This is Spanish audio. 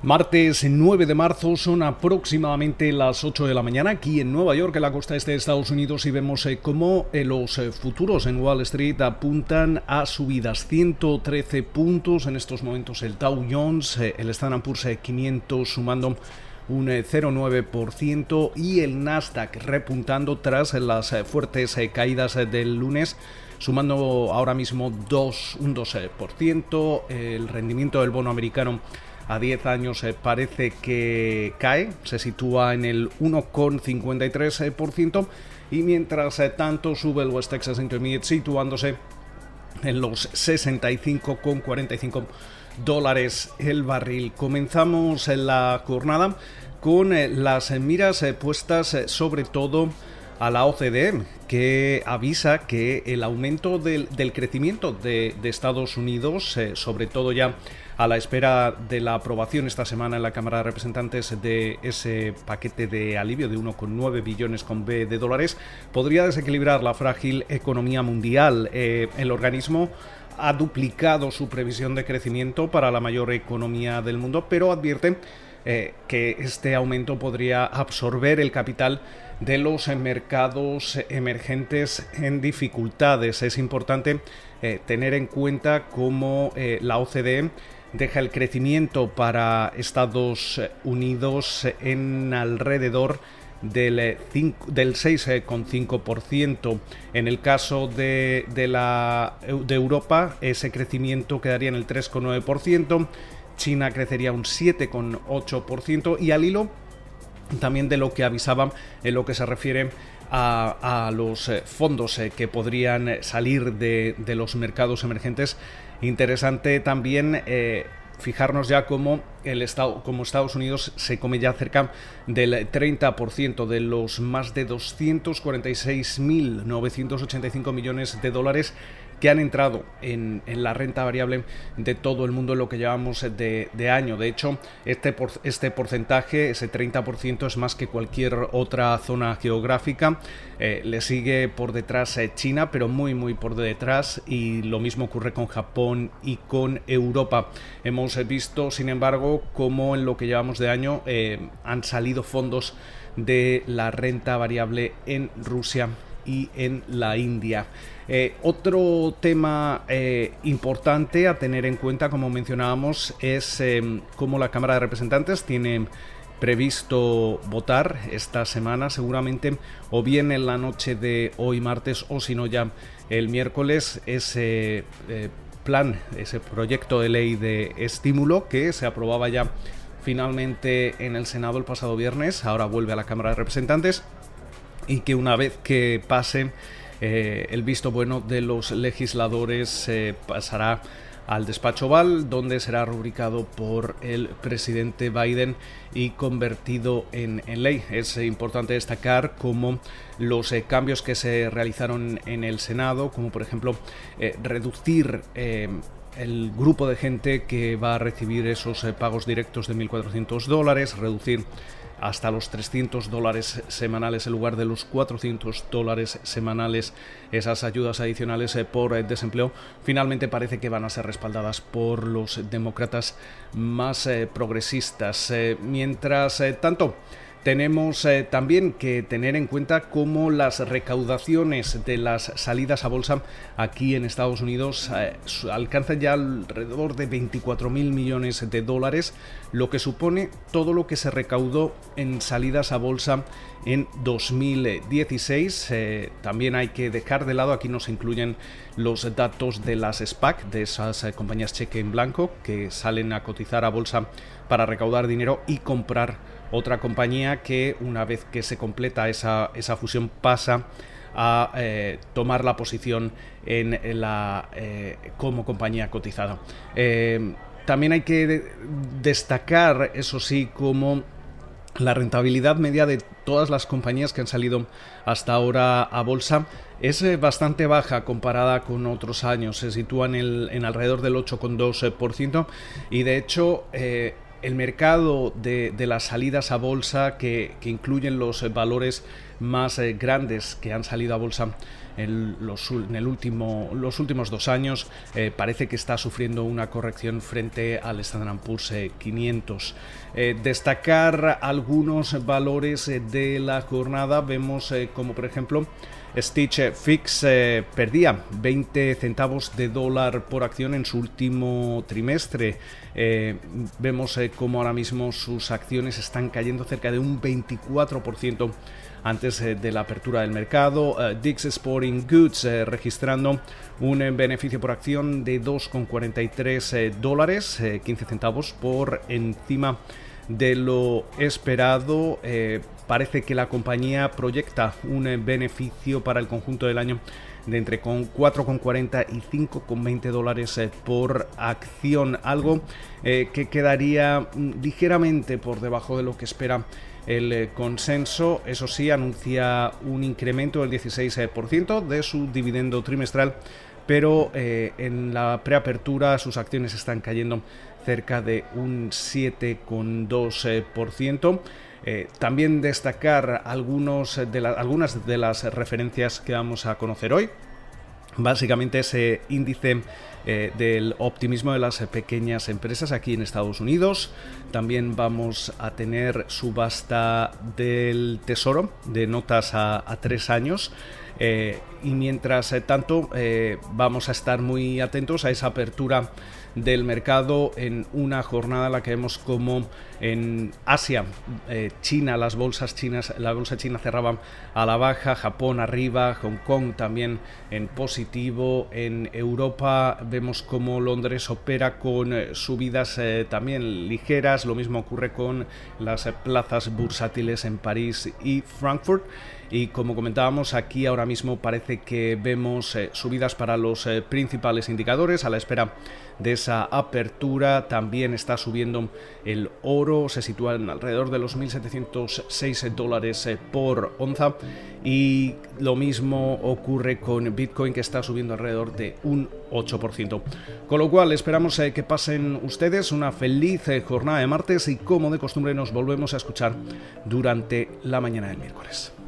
Martes 9 de marzo, son aproximadamente las 8 de la mañana aquí en Nueva York, en la costa este de Estados Unidos, y vemos cómo los futuros en Wall Street apuntan a subidas. 113 puntos en estos momentos el Dow Jones, el Standard & Poor's 500 sumando un 0,9% y el Nasdaq repuntando tras las fuertes caídas del lunes, sumando ahora mismo un 2%. El rendimiento del bono americano a 10 años parece que cae, se sitúa en el 1,53%, y mientras tanto sube el West Texas Intermediate, situándose en los $65,45 el barril. Comenzamos la jornada con las miras puestas sobre todo a la OCDE, que avisa que el aumento del crecimiento de Estados Unidos, sobre todo ya a la espera de la aprobación esta semana en la Cámara de Representantes de ese paquete de alivio de 1,9 billones con B de dólares, podría desequilibrar la frágil economía mundial. El organismo ha duplicado su previsión de crecimiento para la mayor economía del mundo, pero advierte que este aumento podría absorber el capital de los mercados emergentes en dificultades. Es importante tener en cuenta cómo la OCDE deja el crecimiento para Estados Unidos en alrededor del 6,5%. En el caso de Europa, ese crecimiento quedaría en el 3,9%. China crecería un 7,8%, y al hilo también de lo que avisaban en lo que se refiere a los fondos que podrían salir de los mercados emergentes. Interesante también fijarnos ya cómo Estados Unidos se come ya cerca del 30% de los más de 246.985 millones de dólares que han entrado en la renta variable de todo el mundo en lo que llevamos de año. De hecho, este porcentaje, ese 30%, es más que cualquier otra zona geográfica. Le sigue por detrás China, pero muy por detrás, y lo mismo ocurre con Japón y con Europa. Hemos visto, sin embargo, cómo en lo que llevamos de año han salido fondos de la renta variable en Rusia y en la India. Otro tema importante a tener en cuenta, como mencionábamos, es cómo la Cámara de Representantes tiene previsto votar esta semana, seguramente o bien en la noche de hoy martes, o si no ya el miércoles, ese ese proyecto de ley de estímulo que se aprobaba ya finalmente en el Senado el pasado viernes, ahora vuelve a la Cámara de Representantes, y que una vez que pase el visto bueno de los legisladores pasará al despacho Oval, donde será rubricado por el presidente Biden y convertido en ley. Es importante destacar cómo los cambios que se realizaron en el Senado, como por ejemplo reducir el grupo de gente que va a recibir esos pagos directos de $1.400, reducir hasta los $300 semanales en lugar de los $400 semanales esas ayudas adicionales por desempleo. Finalmente parece que van a ser respaldadas por los demócratas más progresistas. Mientras tanto, tenemos también que tener en cuenta cómo las recaudaciones de las salidas a bolsa aquí en Estados Unidos alcanzan ya alrededor de 24.000 millones de dólares, lo que supone todo lo que se recaudó en salidas a bolsa en 2016. También hay que dejar de lado, aquí no se incluyen los datos de las SPAC, de esas compañías cheque en blanco que salen a cotizar a bolsa para recaudar dinero y comprar otra compañía que, una vez que se completa esa fusión, pasa a tomar la posición en como compañía cotizada. También hay que destacar, eso sí, como la rentabilidad media de todas las compañías que han salido hasta ahora a bolsa es bastante baja comparada con otros años. Se sitúa en alrededor del 8,2%, y de hecho el mercado de las salidas a bolsa que incluyen los valores más grandes que han salido a bolsa en los últimos 2 años, parece que está sufriendo una corrección frente al Standard & Poor's 500. Destacar algunos valores de la jornada, vemos como por ejemplo Stitch Fix perdía 20 centavos de dólar por acción en su último trimestre. Vemos como ahora mismo sus acciones están cayendo cerca de un 24% antes de la apertura del mercado. Dick's Sporting Goods registrando un beneficio por acción de 2,43 dólares, 15 centavos por encima de lo esperado. Parece que la compañía proyecta un beneficio para el conjunto del año de entre 4,40 y 5,20 dólares por acción, algo que quedaría ligeramente por debajo de lo que espera el consenso. Eso sí, anuncia un incremento del 16% de su dividendo trimestral, pero en la preapertura sus acciones están cayendo cerca de un 7,2%. También destacar algunas de las referencias que vamos a conocer hoy. Básicamente ese índice del optimismo de las pequeñas empresas aquí en Estados Unidos. También vamos a tener subasta del Tesoro de notas a 3 años. Y mientras tanto vamos a estar muy atentos a esa apertura del mercado en una jornada en la que vemos como en Asia, China, la bolsa china cerraba a la baja, Japón arriba, Hong Kong también en positivo. En Europa vemos como Londres opera con subidas también ligeras. Lo mismo ocurre con las plazas bursátiles en París y Frankfurt. Y como comentábamos, aquí ahora mismo parece que vemos subidas para los principales indicadores a la espera de esa apertura. También está subiendo el oro, se sitúa en alrededor de los 1.706 dólares por onza, y lo mismo ocurre con Bitcoin, que está subiendo alrededor de un 8%. Con lo cual esperamos que pasen ustedes una feliz jornada de martes, y como de costumbre nos volvemos a escuchar durante la mañana del miércoles.